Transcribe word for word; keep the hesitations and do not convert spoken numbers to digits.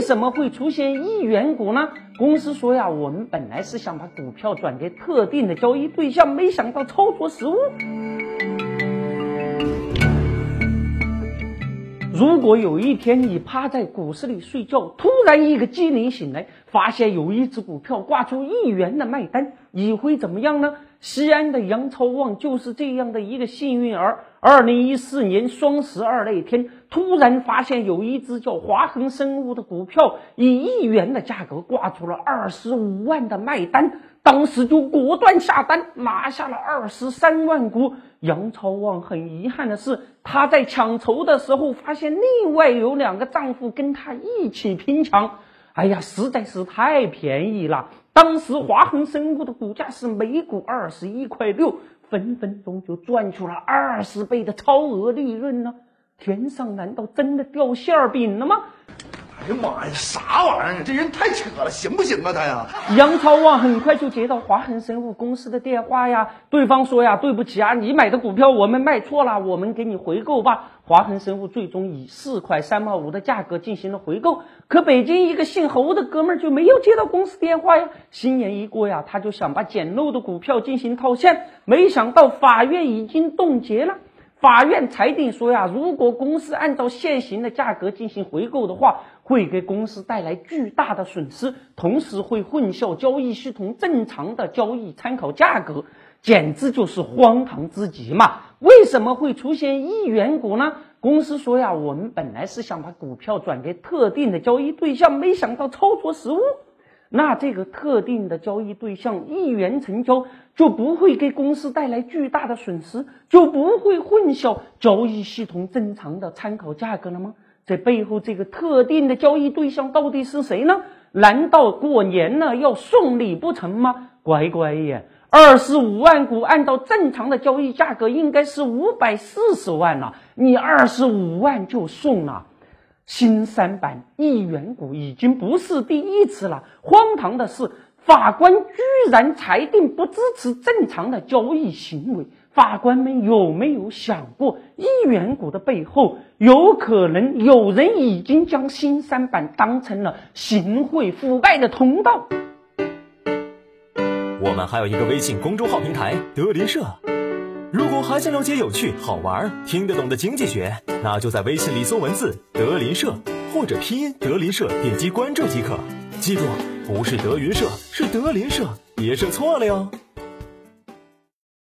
为什么会出现亿元股呢？公司说呀，我们本来是想把股票转给特定的交易对象，没想到操作失误。如果有一天你趴在股市里睡觉，突然一个机灵醒来，发现有一只股票挂出亿元的卖单，你会怎么样呢？西安的杨超旺就是这样的一个幸运儿。二零一四年双十二那天，突然发现有一只叫华恒生物的股票以亿元的价格挂出了二十五万的卖单，当时就果断下单，拿下了二十三万股。杨超旺很遗憾的是，他在抢筹的时候发现另外有两个丈夫跟他一起拼抢，哎呀，实在是太便宜了。当时华恒生物的股价是每股二十一块六，分分钟就赚出了二十倍的超额利润呢。天上难道真的掉馅儿饼了吗？ 哎呀妈呀，啥玩意儿？这人太扯了，行不行啊他呀？ 杨超旺很快就接到华恒生物公司的电话呀，对方说呀，对不起啊，你买的股票我们卖错了，我们给你回购吧。华恒生物最终以四块三毛五的价格进行了回购，可北京一个姓侯的哥们儿就没有接到公司电话呀。新年一过呀，他就想把捡漏的股票进行套现，没想到法院已经冻结了。法院裁定说呀，如果公司按照现行的价格进行回购的话，会给公司带来巨大的损失，同时会混淆交易系统正常的交易参考价格，简直就是荒唐之极嘛！为什么会出现亿元股呢？公司说呀，我们本来是想把股票转给特定的交易对象，没想到操作失误。那这个特定的交易对象一元成交，就不会给公司带来巨大的损失，就不会混淆交易系统正常的参考价格了吗？这背后这个特定的交易对象到底是谁呢？难道过年了要送礼不成吗？乖乖耶，二十五万股按照正常的交易价格应该是五百四十万了，你二十五万就送了。新三板亿元股已经不是第一次了，荒唐的是，法官居然裁定不支持正常的交易行为。法官们有没有想过，亿元股的背后有可能有人已经将新三板当成了行贿腐败的通道？ 我们还有一个微信公众号平台德林社，如果还想了解有趣好玩听得懂的经济学，那就在微信里搜文字德林社或者拼音德林社，点击关注即可。记住，不是德云社，是德林社，别设错了哟。